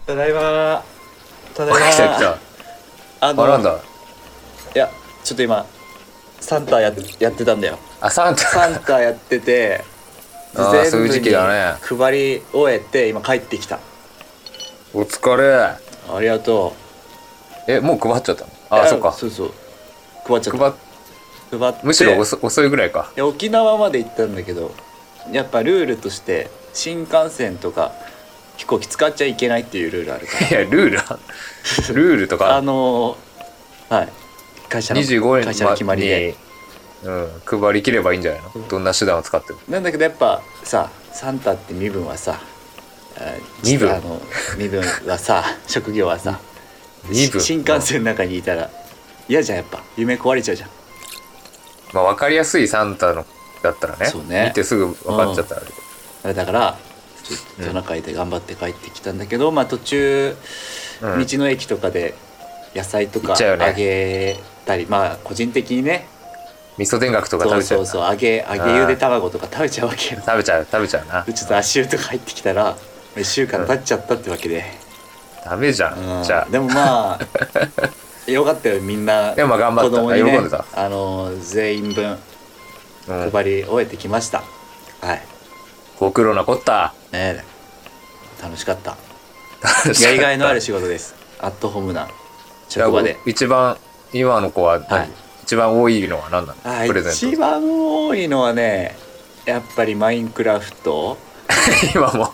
ただいま。ただいま。 来た来た。なんだ。 いや、ちょっと今サンタやってたんだよ。 サンタやっててそういう時期だね。 配り終えて今帰ってきた。 お疲れ。 ありがとう。もう配っちゃったの？そっか。 そう配っちゃった。配ってむしろ遅いぐらいか。 沖縄まで行ったんだけど、やっぱルールとして新幹線とか飛行機使っちゃいけないっていうルールあるから。 いやルールとかはい会社の決まりで、 配りきればいいんじゃないの？どんな手段を使っても。 なんだけどやっぱさ、サンタって身分はさ、身分はさ職業はさ、新幹線の中にいたら嫌じゃん。やっぱ夢壊れちゃうじゃん。 まあ分かりやすいサンタのだったらね。 そうね、 見てすぐ分かっちゃったらあれだからちょっとトナカイで頑張って帰ってきたんだけど、まあ途中、道の駅とかで野菜とかあげたり、まあ個人的にね味噌田楽とか食べちゃう。 そう揚げゆで卵とか食べちゃうわけよ。 食べちゃうな。 ちょっと足湯とか入ってきたら1週間経っちゃったってわけで、 ダメじゃん、じゃあ。 でもまあよかったよ、みんな。 でも頑張った。 子供にね、 喜んでた。 全員分配り終えてきました。はい。 ご苦労なこったね。楽しかった。やりがいのある仕事です。アットホームな職場で。 一番今の子は一番多いのは何なの？プレゼント。 一番多いのはね、やっぱりマインクラフト。 今も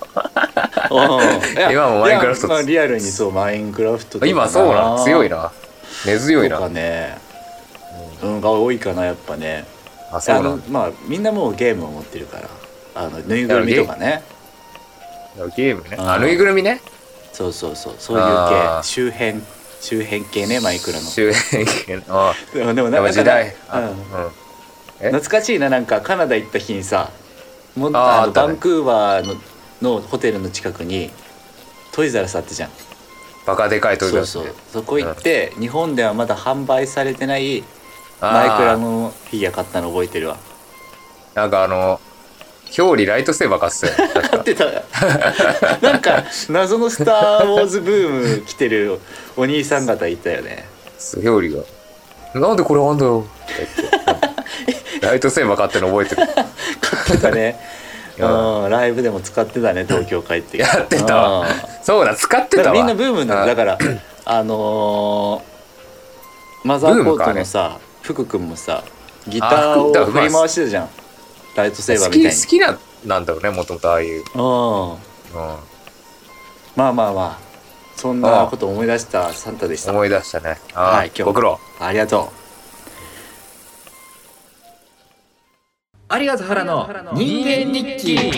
マインクラフト。 リアルにそう、マインクラフトとか今そうなの？強いな、根強いな。 とかね、が多いかな、やっぱね。 そうなの。 まあみんなもうゲームを持ってるから、ぬいぐるみとかね。 ゲームね。ぬいぐるみね。 そういう系、周辺系ね、マイクラの周辺系の。 でもなんか時代懐かしいな。なんかカナダ行った日にさ、バンクーバーのホテルの近くにトイザらスあったじゃん。 バカでかいトイザらス。 そこ行って、日本ではまだ販売されてないマイクラのフィギュア買ったの覚えてるわ。 なんか表裏ライトセーバー買ってたよ。 買ってた。なんか謎のスター・ウォーズブーム来てるお兄さん方いたよね。 表裏がなんでこれあんだよってライトセーバー買ってるの覚えてる。 買ってたね。ライブでも使ってたね、東京帰ってきて。 やってたわ。そうだ、使ってたわ。 みんなブームなんだから。マザーコートのさ、福君もさ、ギターを振り回してたじゃん。ライトセーバーみたいに。 好きなんだろうね、もともとああいう。 まあそんなことを思い出したサンタでした。 思い出したね。 はい、今日ご苦労。 ありがとう。有賀原の人間日記。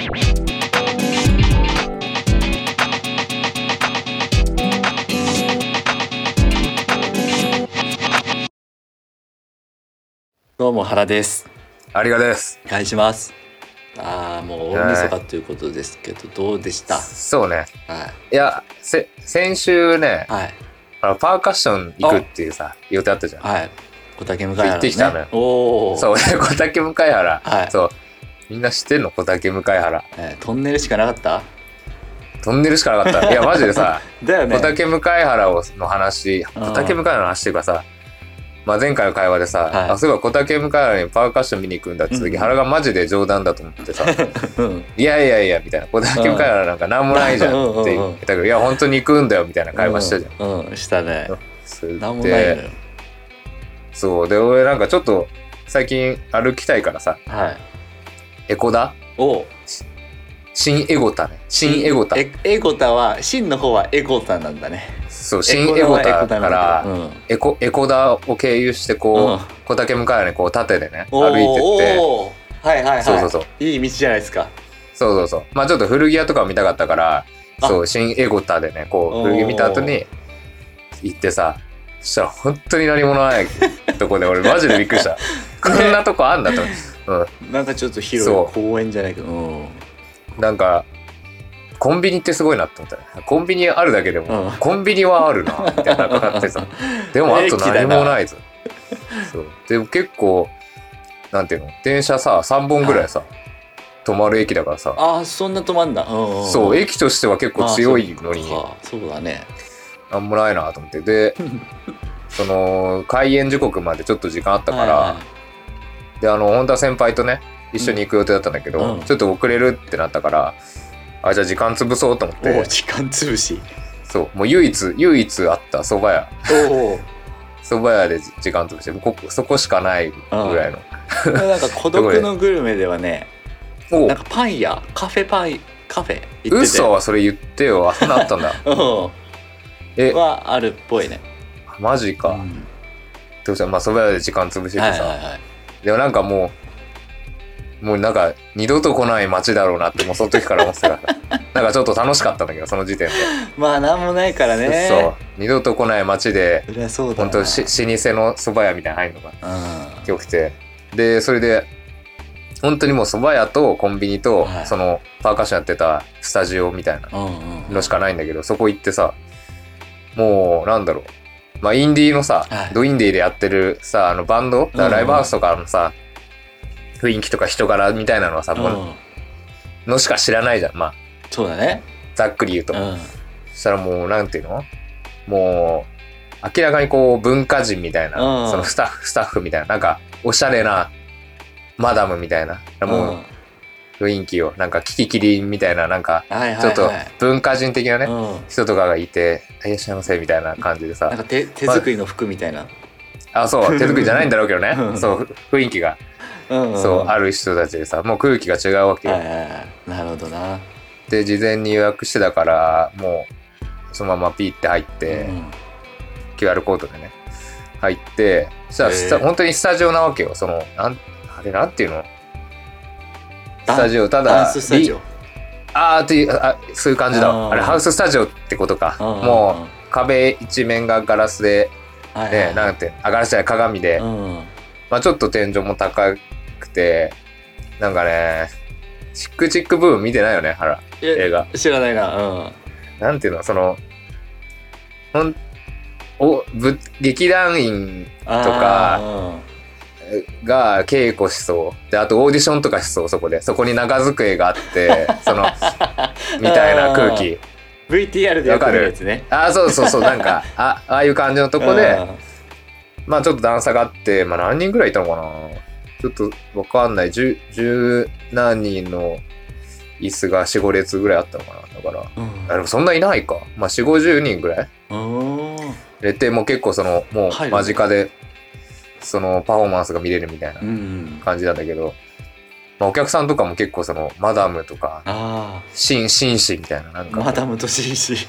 どうも原です。 有賀です。 お願いします。もう大晦日ということですけど、どうでした？ そうね。 はい。 いや、先週ね、パーカッション行くっていうさ予定あったじゃん。 はい。小竹向原ね。 行ってきたのよ。そう、小竹向原。そう。みんな知ってんの？小竹向原。 トンネルしかなかった？ トンネルしかなかった。いやマジでさ、 だよね。 小竹向原の話、小竹向原の話っていうかさ。前回の会話でさ、すごい小竹向原にパーカッション見に行くんだって時、原がマジで冗談だと思ってさ、いやみたいな、小竹向原なんかなんもないじゃんって言ったけど、いや本当に行くんだよみたいな会話したじゃん。 したね。なんもないのよ。 そうで、俺なんかちょっと最近歩きたいからさ、エコダ新エゴタね。新エゴタ。 エゴタは、新の方はエゴタなんだね。 そう、新エゴタからエコダを経由して小竹向原に縦でね歩いてって、そういい道じゃないですか。 そうちょっと古着屋とか見たかったから、そう新エゴタでね古着見た後に行ってさ、そしたら本当に何もないとこで俺マジでびっくりした。こんなとこあんだと。 なんかちょっと広い公園じゃないけど、 なんかコンビニってすごいなって思ったね。コンビニあるだけでも、コンビニはあるなみたいな感じでさ、でもあと何もないぞ。そうでも結構なんていうの、電車さ3本ぐらいさ、 止まる駅だからさ。 あ、そんな止まんだ。 そう、駅としては結構強いのに、 そうだね。 なんもないなと思って。でその開園時刻までちょっと時間あったから、で本当は先輩とね一緒に行く予定だったんだけど、ちょっと遅れるってなったから、じゃあ時間潰そうと思って。 時間潰し。 そう、もう唯一あった蕎麦屋。蕎麦屋で時間潰して、そこしかないぐらいの。 なんか孤独のグルメではね、なんかパン屋、カフェ行ってて。 嘘はそれ言ってよ。あ、そんなあったんだ。 はあるっぽいね。 マジか。ってことは、まあ蕎麦屋で時間潰しててさ、でもなんかもうなんか二度と来ない街だろうなってもうその時から思ってたからなんかちょっと楽しかったんだけど、その時点で。まあなんもないからね。 そう二度と来ない街で本当老舗の蕎麦屋みたいなの入るのがよくて、でそれで本当にもう蕎麦屋とコンビニと、そのパーカッションやってたスタジオみたいなのしかないんだけど、そこ行ってさ、もうなんだろう、まあインディーのさ、ドインディーでやってるさバンド、ライブハウスとかのさ、雰囲気とか人柄みたいなのはさ、のしか知らないじゃん。まあそうだね、 ざっくり言うと。そしたらもうなんていうの、もう明らかにこう文化人みたいな、そのスタッフみたいな、なんかおしゃれなマダムみたいな、もう雰囲気をなんかキキキリンみたいな、なんかちょっと文化人的なね、人とかがいて、いらっしゃいませみたいな感じでさ、 なんか手作りの服みたいな、 そう手作りじゃないんだろうけどねそう雰囲気がそうある人たちでさ、もう空気が違うわけよ。 なるほどな。 で事前に予約してたから、もうそのままピーって入って、QR コードでね入って、そしたら本当にスタジオなわけよ。そのあれなんていうの、スタジオ、ただダンススタジオっていう、そういう感じだ。あれハウススタジオってことか。もう壁一面がガラスで、ね、なんてガラスじゃない、鏡で、まあちょっと天井も高くて、なんかね、チックチックブーム見てないよね、映画。 知らないな。 なんていうの、その劇団員とかが稽古しそうで、あとオーディションとかしそう、そこに長机があってそのみたいな空気 VTR でよく見るやつね。 そうなんかああいう感じのとこで、まあちょっと段差があって、まあ何人ぐらいいたのかな、ちょっとわかんない、10何人の椅子が 4,5 列ぐらいあったのかな。だから、でもそんないないか、まあ 4,50 人ぐらい入れて、もう結構そのもう間近でそのパフォーマンスが見れるみたいな感じなんだけど、まあ、お客さんとかも結構そのマダムとか紳士みたいな、なんかマダムと紳士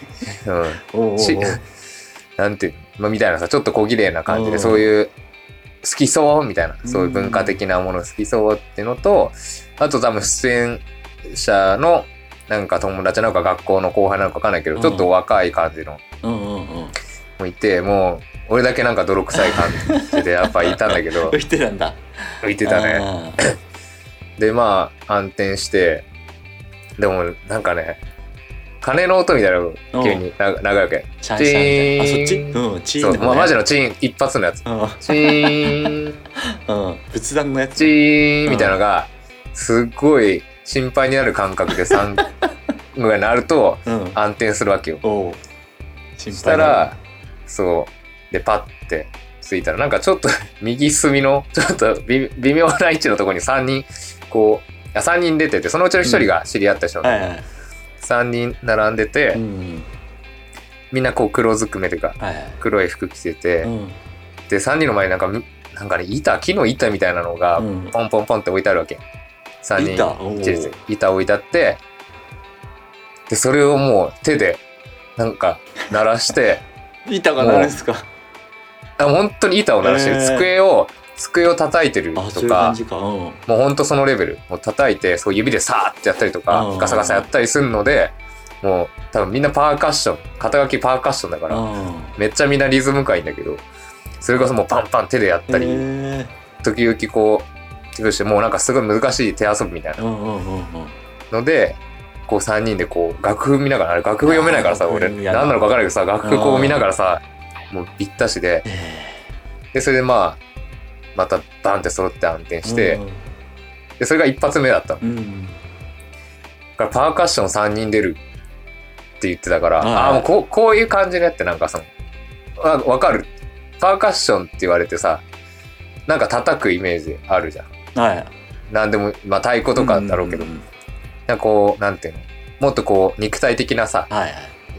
なんていうの、みたいなさ、ちょっと小綺麗な感じで、そういう好きそうみたいな、そういう文化的なもの好きそうっていうのと、あと多分出演者のなんか友達なのか学校の後輩なのか分かんないけど、ちょっと若い感じのもいて、もう俺だけなんか泥臭い感じでやっぱいたんだけど浮いてたんだ。 浮いてたねでまあ暗転して、でもなんかね、鐘の音みたいなの急に長いわけ。 チーン。そっち？チーン。 そう、マジのチーン、一発のやつ。チーン。 仏壇のやつ。 チーンみたいなのがすっごい心配になる感覚で3ぐらいになると暗転するわけよ。そしたらそうでパッてついたら、なんかちょっと右隅のちょっと微妙な位置のところに3人こう3人出てて、そのうちの1人が知り合った人なんで、3人並んでて、みんなこう黒ずくめというか、黒い服着てて、で3人の前になんかね、木の板みたいなのがポンポンポンって置いてあるわけ。3人板置いてあって、でそれをもう手でなんか鳴らして板が鳴るんですか？ 本当に板を鳴らしてる、机を叩いてるとか、もうほんとそのレベル、もう叩いてそう指でサーってやったりとか、ガサガサやったりするので、もう多分みんなパーカッション、肩書きパーカッションだから、めっちゃみんなリズム感いいんだけど、それこそもうパンパン手でやったり、時々こう手拍子で、もうなんかすごい難しい手遊びみたいなので、こう3人でこう楽譜見ながら、楽譜読めないからさ、俺何なのか分からないけどさ、楽譜こう見ながらさ、もうぴったしで、でそれでまたバンって揃って暗転して、でそれが一発目だったの。 からパーカッション3人出るって言ってたから、ああもうこういう感じのやってなんかそのわかる。パーカッションって言われてさ、なんか叩くイメージあるじゃん。はい。なんでもまあ太鼓とかだろうけど、なんかこうなんていうの、もっとこう肉体的なさ、はいはい、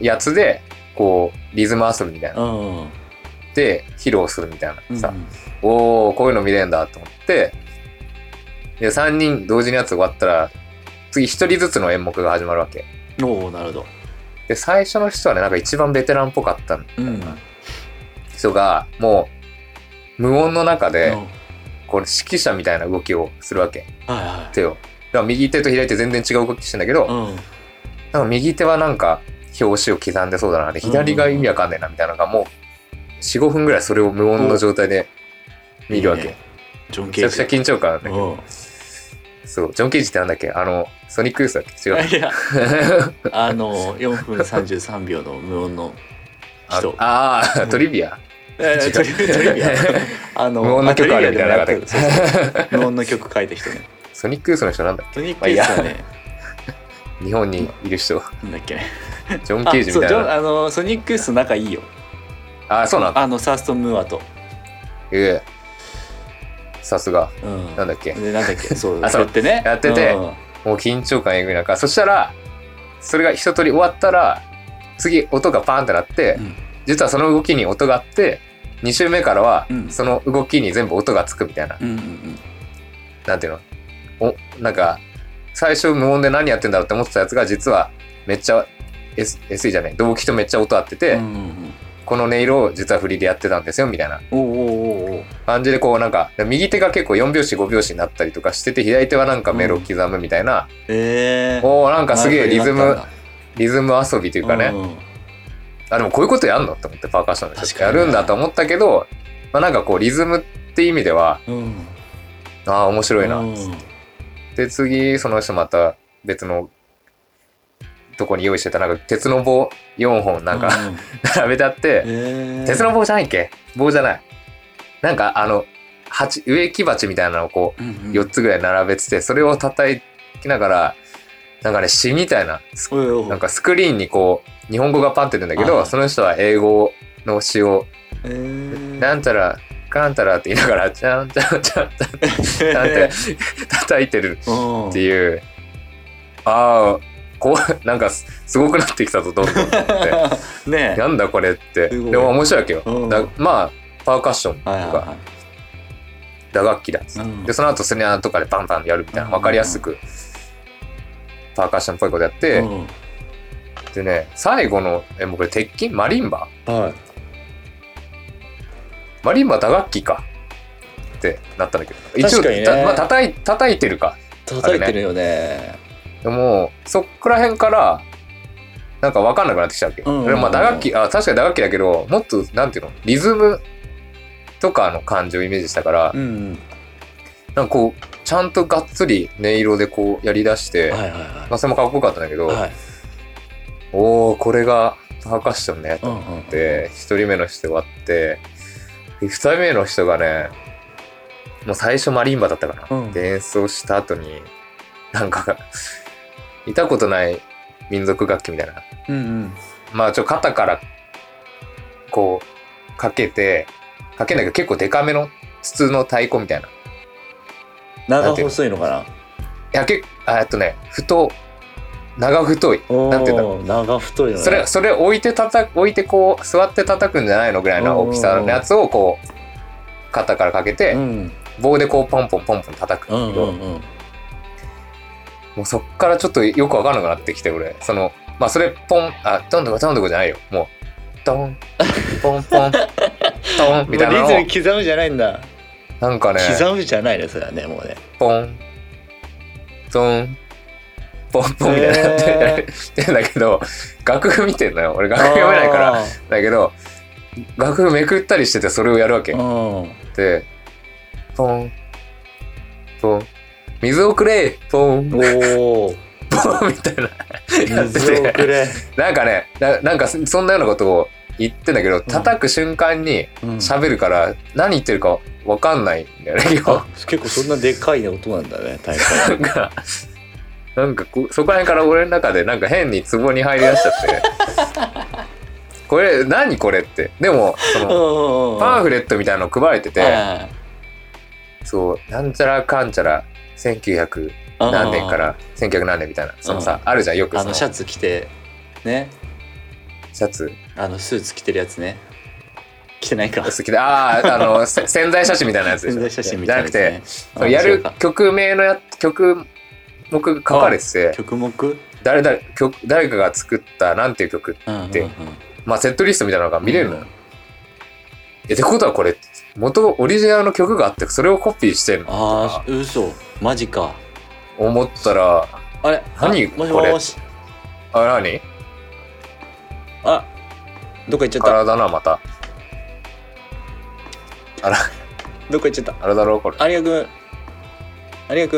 やつでこうリズム遊びみたいな、で披露するみたいなさ、おおこういうの見れるんだと思って、で3人同時にやつ終わったら次1人ずつの演目が始まるわけ。 おおなるほど。 で最初の人はねなんか一番ベテランっぽかったんだよな、人がもう無音の中でこれ指揮者みたいな動きをするわけ、手を。だから右手と左手全然違う動きしてんだけど、なんか右手はなんか拍子を刻んでそうだな、で左が意味わかんねえなみたいなのがもう 4,5 分ぐらいそれを無音の状態で見るわけ。めちゃくちゃ緊張感あるんだけど、そうジョン・ケージってなんだっけ、ソニックユースだっけ、違う。いや 4分33秒の無音の人。 トリビア。 トリビア。 無音の曲あるみたいな。 無音の曲書いた人ね。 ソニックユースの人なんだっけ。 ソニックユースはね、 日本にいる人。 なんだっけね。 ジョン・ケージみたいな。 ソニックユース仲いいよ。 そうなの。 サースト・ムーアと。 さすが。なんだっけ。 なんだっけ。そうやってね。 やってて、もう緊張感えぐい中、そしたらそれが一通り終わったら次音がパーンってなって、実はその動きに音があって、2周目からはその動きに全部音がつくみたいな、なんていうの、なんか最初無音で何やってんだろうって思ってたやつが実はめっちゃ SE じゃない、動きとめっちゃ音合ってて、この音色を実は振りでやってたんですよみたいな感じで、こうなんか右手が結構4拍子5拍子になったりとかしてて、左手はなんかメロ刻むみたいな、なんかすげえリズム遊びというかね、でもこういうことやんのって思って、パーカッションでやるんだと思ったけど、なんかこうリズムって意味では、面白いなっつって、で次その人また別のとこに用意してたなんか鉄の棒4本なんか並べてあって、鉄の棒じゃないっけ、棒じゃない、なんか植木鉢みたいなのをこう4つぐらい並べてて、それを叩きながらなんかね詩みたいな、なんかスクリーンにこう日本語がパンって出るんだけど、その人は英語の詩をなんたらかんたらって言いながらちゃんちゃんちゃんちゃんって叩いてるっていう、こうなんかすごくなってきたぞどんどんってね、なんだこれって。でも面白いわけよ。まあパーカッションとか打楽器だっつって、でその後スネアとかでパンパンやるみたいな、分かりやすくパーカッションっぽいことやって、でね最後のもうこれ鉄琴マリンバ、マリンバ打楽器かってなったんだけど、一応叩いてるか、 叩いてるよね。 でもそっから辺からなんか分かんなくなってきちゃうわけ。まあ打楽器、確かに打楽器だけど、もっとなんていうの、リズムとかの感じをイメージしたから、なんかこうちゃんとがっつり音色でこうやりだして、それもかっこよかったんだけど、これがパーカッションねと思って、1人目の人終わって、2人目の人がねもう最初マリンバだったかな、で演奏した後になんか見たことない民族楽器みたいな、まあ肩からこうかけないけど結構デカめの筒の太鼓みたいな、 長細いのかな、 いや長太い、なんていうんだろう、 長太いの、 ね、それ置いてこう座って叩くんじゃないのぐらいの大きさのやつをこう肩からかけて、棒でこうポンポンポンポン叩くんだけど、もうそっからちょっとよく分かんなくなってきて、俺そのまあそれポンどんどこじゃないよ、もうドンポンポンドンみたいなのをリズム刻むじゃないんだ、 なんかね刻むじゃないねそれはね、もうねポンドンポンポンみたいなってんだけど、楽譜見てんのよ俺、楽譜読めないからだけど楽譜めくったりしててそれをやるわけで、ポンポン水をくれポンポンみたいな水をくれなんかねなんかそんなようなことを言ってんだけど、叩く瞬間に喋るから何言ってるか分かんないんだよね、 結構そんなでかい音なんだね、大会なんかなんかそこら辺から俺の中でなんか変に壺に入りだしちゃってこれ何これって。でもそのパンフレットみたいなの配られてて、そうなんちゃらかんちゃら1900何年から1900何年みたいな、そのさ、あるじゃんよくそのシャツ着てね、 シャツスーツ着てるやつね。着てないか。 好きで宣材写真みたいなやつでしょ。 宣材写真みたいなやつ、ね、 じゃなくてやる曲名の曲目書かれてて、 曲目誰かが作ったなんていう曲って、まあセットリストみたいなのが見れるのよ。ってことはこれ元オリジナルの曲があってそれをコピーしてるの。 ああ嘘マジか。 思ったらあれ何これ。あ何あどこ行っちゃった。 あらだなまた。あらどこ行っちゃった。 あれだろうこれ。 有賀くん有賀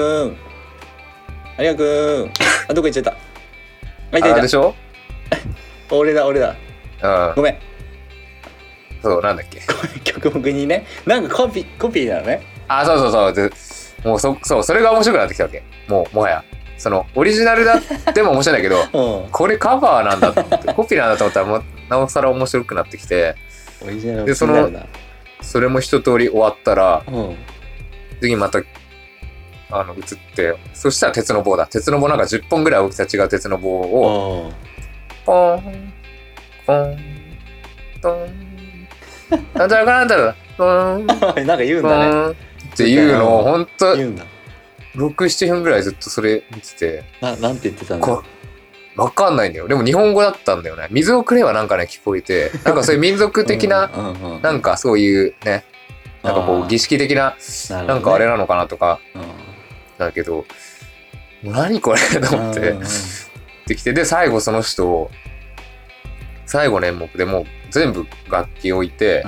くんあどこ行っちゃった。あいたいたでしょ俺だ、うん、ごめん。 そうなんだっけ曲目にねなんかコピーなのね。 あそうでもうそうそれが面白くなってきたわけ。もはやそのオリジナルだっても面白いんだけど、うん、これカバーなんだと思ってコピーなんだと思ったらもうなおさら面白くなってきて、 オリジナルでそれも一通り終わったら、うん、次また移ってそしたら鉄の棒なんか10本ぐらい大きさ違う鉄の棒をポンポンポンなんだらなんだらポンなんか言うんだねっていうのをほんと6、7分ぐらいずっとそれ見ててなんて言ってたんだ。 わかんないんだよ。でも日本語だったんだよね。水をくれはなんかね聞こえて、なんかそういう民族的ななんかそういうね、なんかこう儀式的ななんかあれなのかなとかだけど、何これと思ってできて、で最後その人最後の演目でもう全部楽器置いて、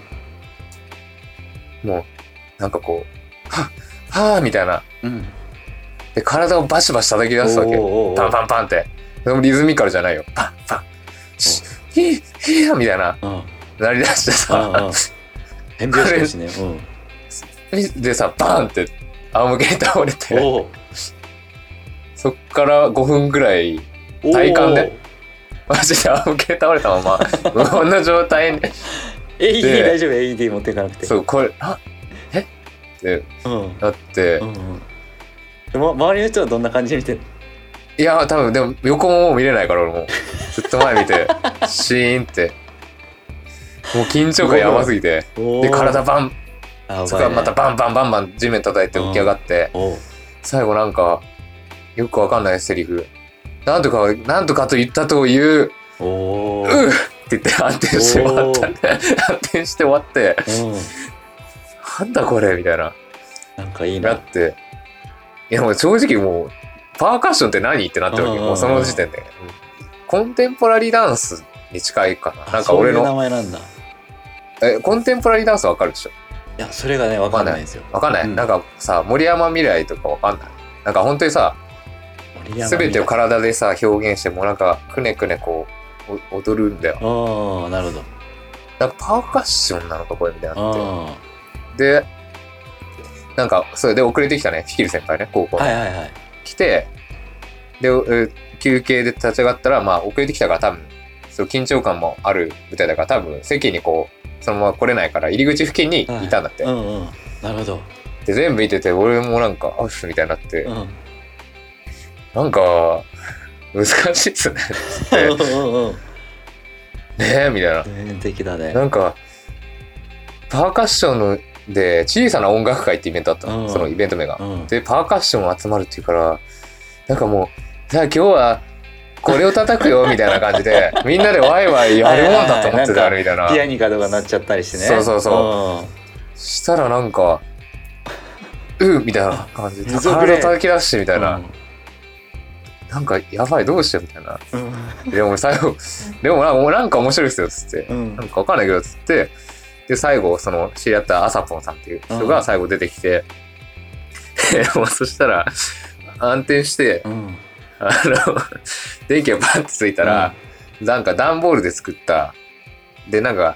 もうなんかこうはぁみたいな、で体をバシバシ叩き出すわけ。パンパンパンって。でもリズミカルじゃないよ。パンパンヒーみたいななりだしてさ、 変拍子だしね。 でさバーンって仰向けに倒れて、そっから5分ぐらい体幹でマジで仰向けに倒れたまま無言の状態で AED 大丈夫 AED 持っていかなくて。 そうこれってなって、 周りの人はどんな感じで見てる？ いや多分でも横ももう見れないから俺もずっと前見てシーンってもう緊張感やばすぎて、で体バンそこからまたバンバン地面叩いて起き上がって、最後なんかよくわかんないセリフなんとかと言ったというって言って安定して終わった安定して終わってなんだこれみたいななんかいいなって、いやもう正直もうパーカッションって何ってなってるわけ。もうその時点で、コンテンポラリーダンスに近いかな。なんか俺のそういう名前なんだ。 コンテンポラリーダンスわかるでしょ？ いやそれがねわかんないんですよ。 わかんない、なんかさ森山未来とかわかんない。なんか本当にさ全てを体でさ表現してもうなんかくねくねこう踊るんだよ。 ああなるほど。 なんかパーカッションなのかこれみたいなって。でなんかそれで遅れてきたねフィキル先輩ね高校の、来てで休憩で立ち上がったらまあ遅れてきたから多分そう緊張感もある舞台だから多分席にこうそのまま来れないから入り口付近にいたんだって、 なるほど。で全部見てて俺もなんかアウフみたいになって、なんか難しいっすねってねえみたいな。 全然的だね。 なんかパーカッションので小さな音楽会ってイベントあったの、そのイベント名が、でパーカッション集まるっていうからなんかもうじゃあ今日はこれを叩くよみたいな感じでみんなでワイワイやるもんだと思ってたみたいな、 ピアニカとかなっちゃったりしてね。 そうしたらなんかみたいな感じで体叩き出してみたいな、なんかやばいどうしようみたいな、でも最後でもなんか面白いですよっつって、なんかわかんないけどっつって、で最後その知り合ったあさぽんさんっていう人が最後出てきて、もうそしたら暗転して、電気がバンってついたら、なんか段ボールで作ったでなんか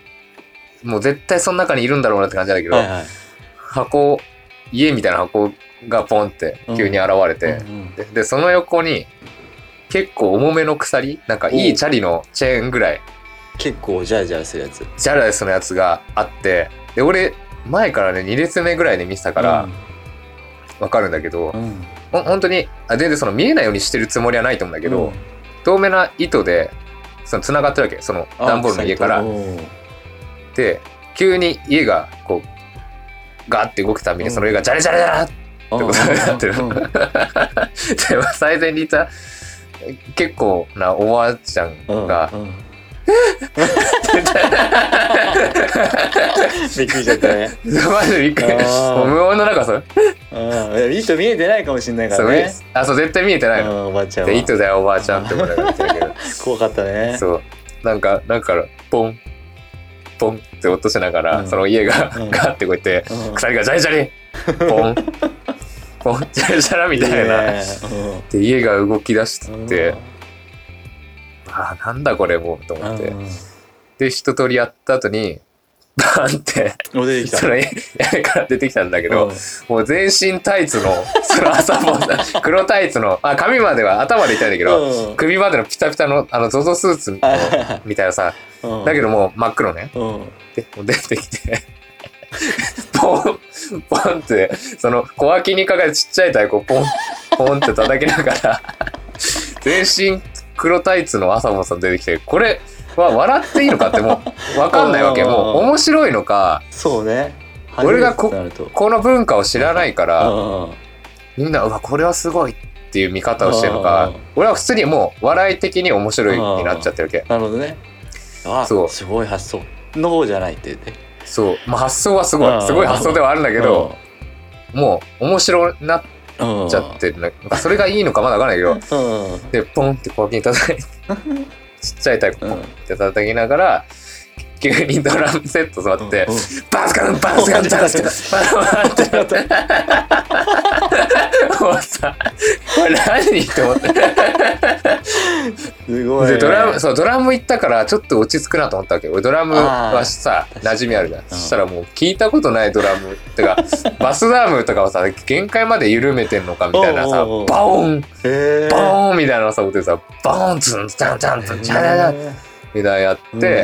もう絶対その中にいるんだろうなって感じだけど、箱家みたいな箱がポンって急に現れて、でその横に結構重めの鎖、なんかいいチャリのチェーンぐらい結構ジャラジャラするやつ、 ジャラスのやつがあって、で俺前からね2列目ぐらいで見てたから分かるんだけど、本当に全然その見えないようにしてるつもりはないと思うんだけど、透明な糸でその繋がってるわけ、その段ボールの家から。で急に家がこうガーって動くたびにその家がジャラジャラジャラってことになってる。で最前にいた結構なおばあちゃんがびっくりしちゃったね。 マジでびっくり。もう無音の中さ、 糸見えてないかもしれないからね。 そう絶対見えてないの。 おばあちゃんは。 で糸だよおばあちゃんって思いながら見てるけど。 怖かったね。 そうなんかポンポンって音しながら、その家がガーってこうやって鎖がジャリジャリポンポンジャリジャラみたいな。で家が動き出して。なんだこれもうと思って、で一通りやった後にバンってその屋根から出てきたんだけど、もう全身タイツのその朝も黒タイツの髪までは頭までいたんだけど、首までのピタピタのZOZOスーツみたいなさ、だけどもう真っ黒ね、でもう出てきてポンポンってその小脇にかかるちっちゃい太鼓をポンポンって叩きながら全身黒タイツの朝もさん出てきて、これは笑っていいのかってもう分かんないわけ。もう面白いのか、 そうね、 俺がこの文化を知らないからみんなこれはすごいっていう見方をしてるのか、俺は普通にもう笑い的に面白いになっちゃってるわけ。 なるほどね。そうすごい発想の方じゃないって言って、そう、 発想はすごい発想ではあるんだけど、もう面白くなっちゃってる、それがいいのかまだ分かんないけど、でポンって小脇に叩いてちっちゃい太鼓ポンって叩きながら急にドラムセット座ってバスカンバスカンバスカンバンってなってもうさこれ何って思ってすごい、ね、 でドラム行ったからちょっと落ち着くなと思ったわけ。俺ドラムはさ馴染みあるじゃん。そしたらもう聞いたことないドラムってかバスドラムとかはさ限界まで緩めてんのかみたいなさ、バオンバオンみたいなさ音でさバオンツンツンツンツンチャララみたいなやって、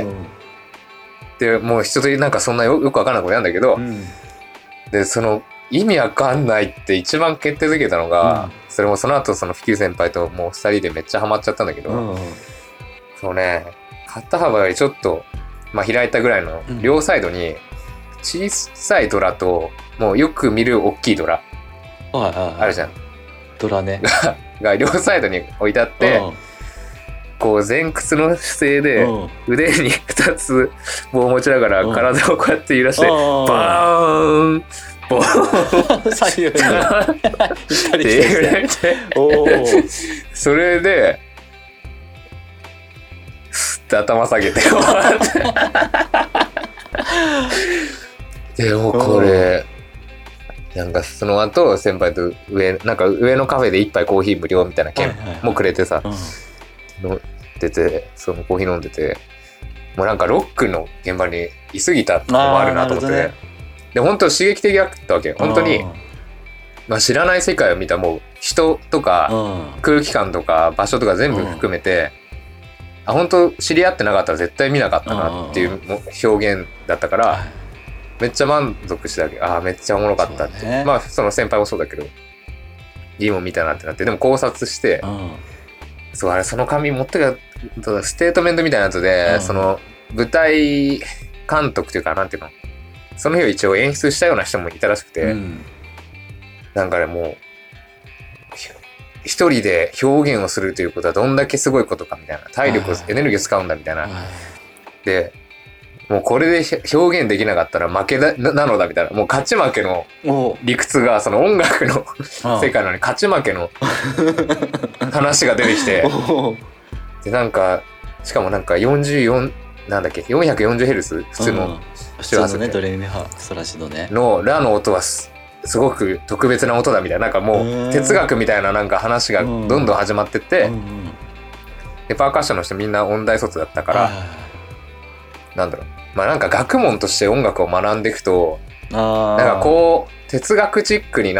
でもう一通りなんかそんなよく分かんないことやんだけど、でその意味わかんないって一番決定づけたのが、それもその後その普及先輩ともう2人でめっちゃハマっちゃったんだけど、そうね、肩幅よりちょっと、開いたぐらいの両サイドに小さいドラともうよく見る大きいドラあるじゃん、 ドラねが両サイドに置いてあって、こう前屈の姿勢で腕に2つ棒を持ちながら体をこうやって揺らしてバーンボーン左右にって揺られてそれでスッて頭下げて終わってでもこれなんかその後先輩と上のカフェで一杯コーヒー無料みたいな券もくれてさ、飲んでてそのコーヒー飲んでて、もうなんかロックの現場にいすぎたのもあるなと思って、ね、で本当刺激的だったわけ。本当に知らない世界を見た、もう人とか空気感とか場所とか全部含めて、本当知り合ってなかったら絶対見なかったなっていう表現だったから、めっちゃ満足したわけ。めっちゃおもろかったって、ね、その先輩もそうだけどいいもん見たなってなって、でも考察して、そうあれその紙持ってたステートメントみたいなやつで、その舞台監督というかなんていうの、その日を一応演出したような人もいたらしくて、なんかねもう一人で表現をするということはどんだけすごいことかみたいな、体力エネルギーを使うんだみたいな、でもうこれで表現できなかったら負けなのだみたいな、もう勝ち負けの理屈がその音楽の世界なのに勝ち負けの話が出てきてでなんかしかもなんか44なんだっけ 440Hz 普通の周波数ね、ドレミファソラシドねのラの音はすごく特別な音だみたいな、なんかもう哲学みたいななんか話がどんどん始まってって、でパーカッションの人みんな音大卒だったから、なんだろう、なんか学問として音楽を学んでいくとなんかこう哲学チックになっ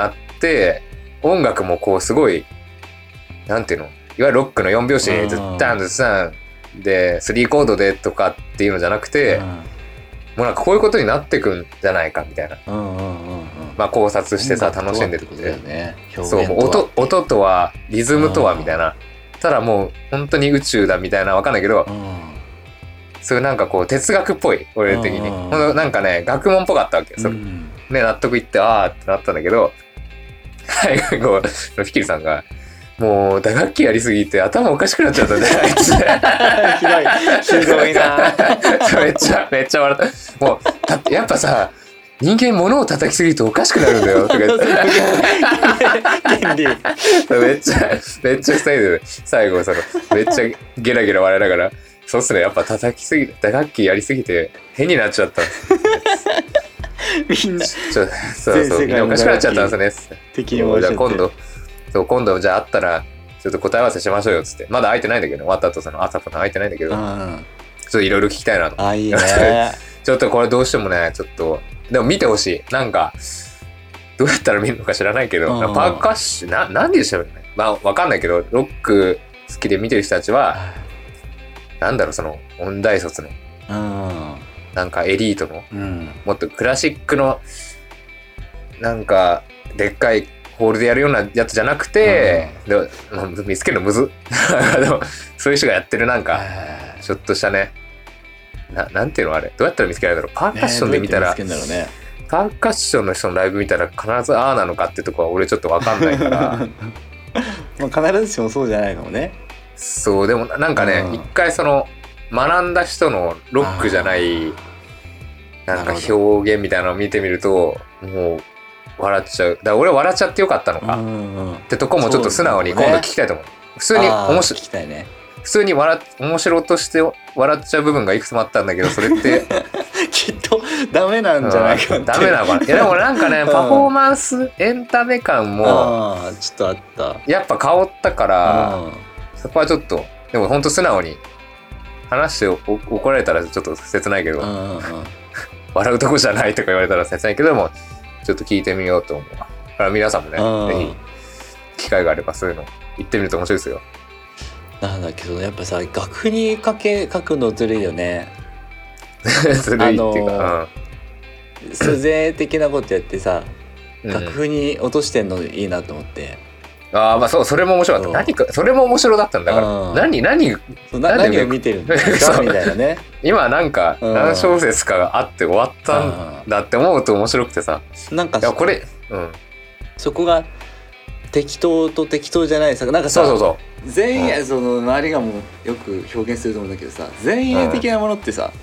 って音楽もこうすごいなんていうの、いわゆるロックの4拍子でズッタンズッタンで3コードでとかっていうのじゃなくて、もうなんかこういうことになってくんじゃないかみたいな、まあ考察してさ楽しんでるってことだよね。そうもう音とはリズムとはみたいな、ただもう本当に宇宙だみたいなわかんないけど、そういうなんかこう哲学っぽい俺的に、ほんとなんかね学問っぽかったわけよ。それね納得いってあーってなったんだけど、最後フィキルさんがもう打楽器やりすぎて頭おかしくなっちゃったんだよあいつ。 ひどいな。 めっちゃ笑った。もうやっぱさ人間物を叩きすぎるとおかしくなるんだよとか言って原理めっちゃスタイルで最後そのめっちゃゲラゲラ笑いながら、そうっすねやっぱ叩きすぎて打楽器やりすぎて変になっちゃったんですみんなそうみんなおかしくなっちゃったんですね。敵にじゃあ今度じゃあ会ったらちょっと答え合わせしましょうよっつって、まだ会えてないんだけど終わった後その朝とか会えてないんだけど、ちょっといろいろ聞きたいなと。 あいいねちょっとこれどうしてもねちょっとでも見てほしい。なんかどうやったら見るのか知らないけど、パーカッシュなんでしょうね。まあわかんないけどロック好きで見てる人たちはなんだろうその音大卒のなんかエリートの、もっとクラシックのなんかでっかいホールでやるようなやつじゃなくて、でも見つけるのむずでもそういう人がやってるなんかちょっとしたねなんていうのあれどうやったら見つけられるんだろう。パーカッションで見たら、パーカッションの人のライブ見たら必ずああなのかってとこは俺ちょっと分かんないからまあ必ずしもそうじゃないかもね。 そうでもなんかね一回その学んだ人のロックじゃないなんか表現みたいなのを見てみるともう笑っちゃう。だから俺笑っちゃってよかったのかってとこもちょっと素直に今度聞きたいと思う。普通に面白い、聞きたいね。普通に面白として笑っちゃう部分がいくつもあったんだけど、それってきっとダメなんじゃないかって。 ダメなのかな。いやでもなんかねパフォーマンスエンタメ感もちょっとあった。 やっぱ香ったからそこはちょっとでも本当素直に話して怒られたらちょっと切ないけど笑うとこじゃないとか言われたら切ないけどもちょっと聞いてみようと思う。だから皆さんもねぜひ機会があればそういうの行ってみると面白いですよ。 なんだけどやっぱさ楽譜に書くのずるいよね。 ずるいっていうか、 素税的なことやってさ、楽譜に落としてんのいいなと思って。 ああまあそれも面白かった。何かそれも面白だったんだから。何を見てるんですかみたいなね。 今なんか何小節かがあって終わったんだって思うと面白くてさ。 なんかこれそこが適当と適当じゃないさなんかさ前衛その周りがもうよく表現すると思うんだけどさ前衛的なものってさ、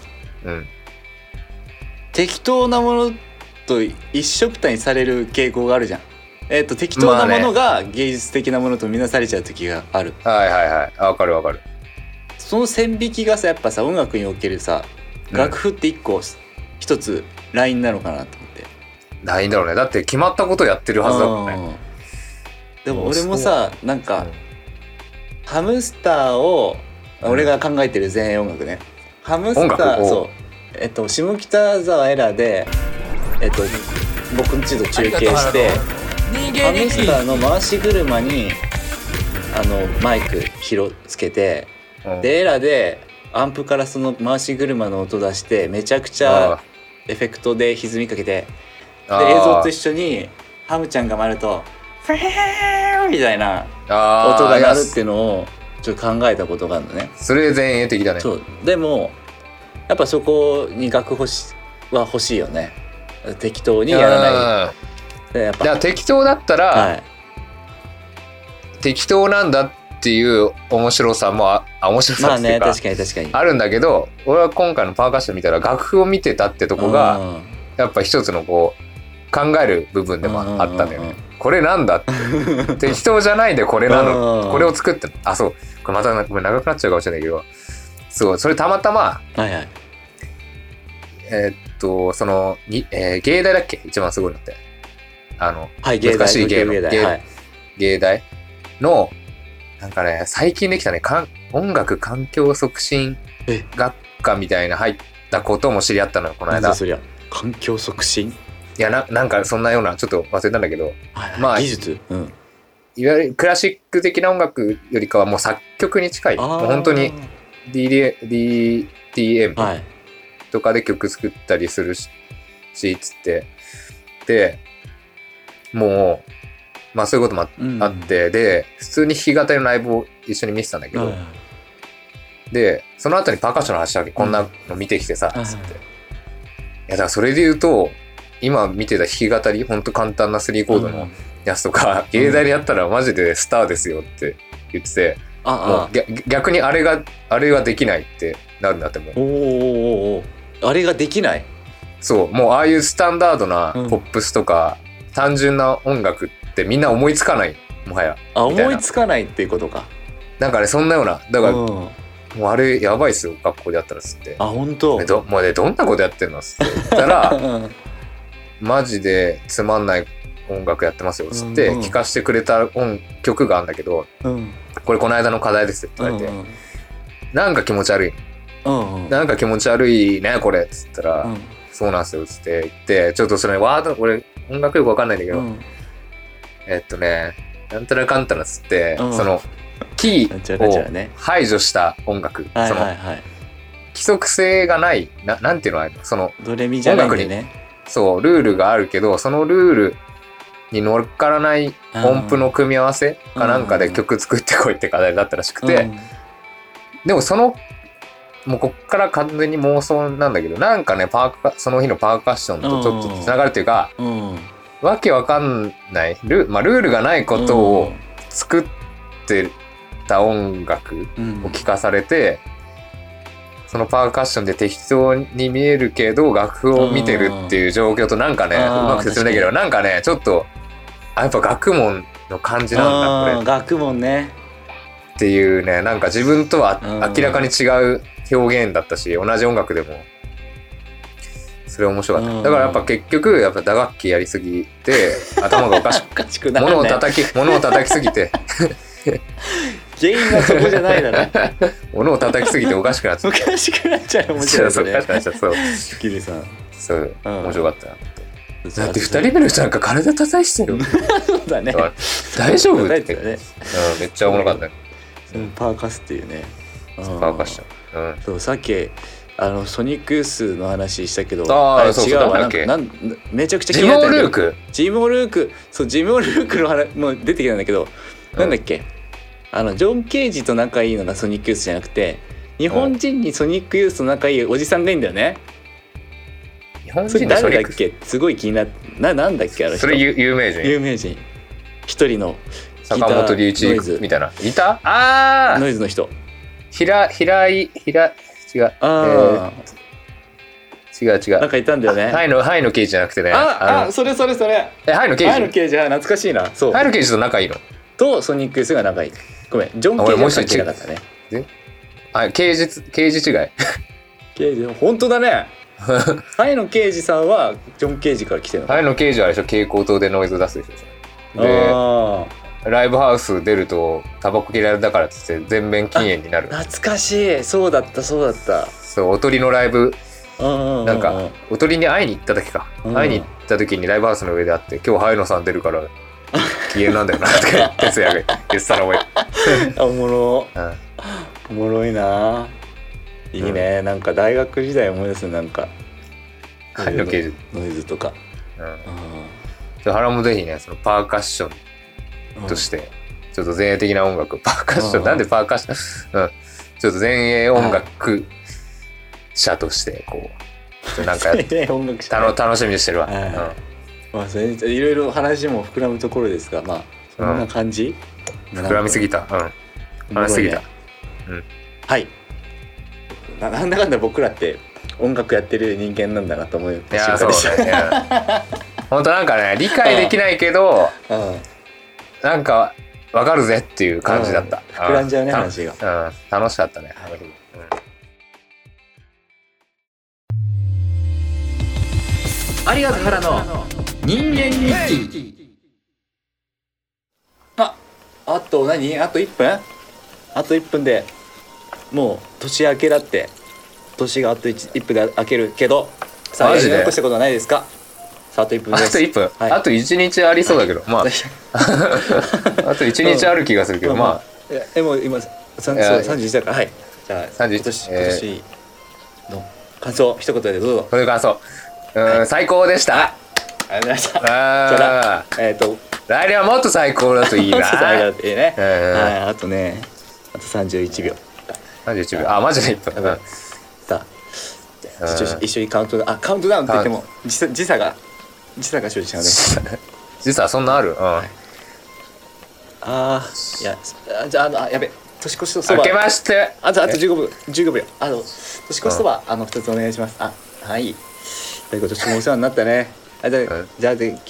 適当なものと一緒くたにされる傾向があるじゃん。適当なものが芸術的なものと見なされちゃう時がある。 はいわかる。 その線引きがさやっぱさ音楽におけるさ楽譜って一つラインなのかなと思って。 ラインだろうね。だって決まったことやってるはずだもんね。 でも俺もさなんかハムスターを俺が考えてる前衛音楽ね。ハムスターそう下北沢エラで僕んちと中継してハムスターの回し車にマイクつけてでエラでアンプからその回し車の音出してめちゃくちゃエフェクトで歪みかけてで映像と一緒にハムちゃんが回るとフェーみたいな音が鳴るっていうのをちょっと考えたことがあるのね。 それ前衛的だね。 そうでもやっぱそこに楽譜は欲しいよね。適当にやらないでやっぱ適当だったら、適当なんだっていう面白さも面白さっていうか、 確かにあるんだけど俺は今回のパーカッション見たら楽譜を見てたってとこがやっぱ一つのこう考える部分でもあったんだよね。これなんだって適当じゃないでこれなのこれを作ってそうこれまた長くなっちゃうかもしれないけどそうそれたまたまその芸大だっけ一番すごいのって難しい芸大のなんかね最近できたね音楽環境促進学科みたいな入ったことも知り合ったのよこの間。 そりゃ環境促進いやなんかそんなようなちょっと忘れたんだけど、 まあ技術、 いわゆるクラシック的な音楽よりかはもう作曲に近い、もう本当に DTM とかで曲作ったりするしつってでもうまあそういうこともあって、で普通に弾き語りのライブを一緒に見てたんだけど、でその後にパーカッションの話だけこんなの見てきてさ、つって、いやだからそれで言うと今見てた弾き語りほんと簡単な3コードのやつとか、芸大でやったらマジでスターですよって言ってて、もう逆にあれができないってなるんだって。もうあれができない。 そうもうああいうスタンダードなポップスとか、単純な音楽ってみんな思いつかない、もはや。 思いつかないっていうことか。 なんかねそんなような、だから、もうあれやばいっすよ学校でやったらっつって。 本当。 もうねどんなことやってんのっつって言ったらマジでつまんない音楽やってますよっつって聴かせてくれた曲があるんだけど、これこの間の課題ですって言われて、なんか気持ち悪い、なんか気持ち悪いねこれっつったら、そうなんすよっつって言って、ちょっとそれワード俺音楽よくわかんないんだけど、なんたらかんたらっつって、そのキーを排除した音楽、その規則性がないなんていうのあるの、そのドレミじゃないんだよね。 そうルールがあるけど、そのルールに乗っからない音符の組み合わせかなんかで曲作ってこいって課題だったらしくて、でももうこっから完全に妄想なんだけど、なんかねその日のパーカッションとちょっとつながるというか、わけわかんないルールがないことを作ってた音楽を聴かされて、そのパーカッションで適当に見えるけど楽譜を見てるっていう状況となんかね、うまく説明できればなんかねちょっとやっぱ学問の感じなんだこれ。 学問ねっていうね、なんか自分とは明らかに違う表現だったし、同じ音楽でもそれ面白かった。だからやっぱ結局やっぱ打楽器やりすぎて頭がおかしくなる、ね、物を叩きすぎて原因はそこじゃないだろ物を叩きすぎておかしくなっちゃう。 おかしくなっちゃう面白いですね。 おかしくなっちゃう。そうキリさんそう面白かったなって。だって2人目の人なんか体叩いてたよそうだね大丈夫って、 ね、 めっちゃおもろかったね。 パーカスっていうね、 パーカッション、 そうさっきソニックユースの話したけど、 あれ違うわ、 めちゃくちゃ気になったけど、 ジモルークそうジモルークの話も出てきたんだけど、なんだっけ、ジョン・ケージと仲いいのがソニックユースじゃなくて、日本人にソニックユースと仲いいおじさんがいいんだよね。 日本人誰だっけ、すごい気になって、なんだっけあれ。 それ有名人一人の坂本龍一みたいな、いた？ ノイズの人。 違う。違う。 なんかいたんだよね。 ハイの刑事じゃなくてね。 それ。 ハイの刑事懐かしいな。そう。 ハイの刑事と仲いいの。 とソニックユースが仲いい。ごめん、ジョン・ケージは関係なかったね。刑事違い。刑事、本当だね。ハイの刑事さんはジョン・ケージから来てるの。 ハイの刑事はあれでしょ、蛍光灯でノイズ出すでしょ。でライブハウス出るとタバコ嫌いだからっつって全面禁煙になる。 懐かしい。そうだった。 そうおとりのライブ、なんかおとりに会いに行った時か、会いに行った時にライブハウスの上で会って、今日ハイノさん出るから禁煙なんだよなって哲也が言ってたのもおもろいな。いいね、なんか大学時代思い出す。なんかハイの刑事ノイズとか、 原もぜひねそのパーカッションとしてちょっと前衛的な音楽、パーカッションなんでパーカッション、ちょっと前衛音楽者としてこうなんか楽しみにしてるわ。 それいろいろ話も膨らむところですが、まあそんな感じ。 膨らみすぎた。話しすぎた。 はい。なんだかんだ僕らって音楽やってる人間なんだなと思う瞬間でした。いやそうね。 本当なんかね理解できないけど。なんか分かるぜっていう感じだった。 膨らんじゃうね話が。 楽しかったね。 有賀原の人間日記。あと何？あと1分？あと1分でもう年明けだって。年があと1分で明けるけど、さあやり残したことはないですか？ あと1分です。 あと1分、 はい、 あと1日ありそうだけど、まああと1日ある気がするけど、まあもう今31だから、はい。じゃあ今年の感想一言でどうぞ。 これ感想、 はい、 最高でした。 ありがとうございました。 来年はもっと最高だといいな。 最高だといいね。はい、あとね、あと31秒。 31秒。あ、マジで1分。 さあ、一緒にカウントダウン。カウントダウンって言っても時差が生じちゃうね。 時差そんなある？ いや、じゃあやべ、年越しそば。 明けまして。 あと15秒。年越しそば2つお願いします。はい。ということで、お世話になったね。じゃあで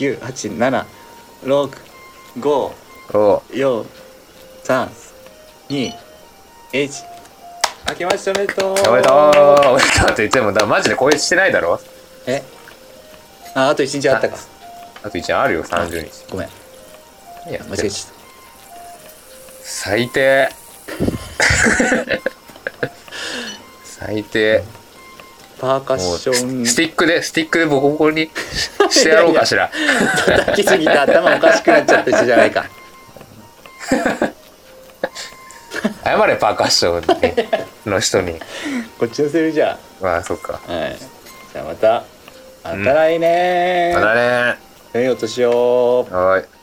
9、8、7、6、5、4、3、2、1。明けましておめでとう。 おめでとう。おめでとうって言ってもマジで声してないだろ。 あと1日あったか。 あと1日あるよ。30日。 ごめん。いや間違えちゃった。 最低。最低。 パーカッションスティックでボコボコにしてやろうかしら。 叩きすぎて頭おかしくなっちゃった人じゃないか。 謝れパーカッションの人に。 こっちのセリフじゃ。 まあそっか。 はい。じゃあまた来年。 またね。 良いお年を。 はい。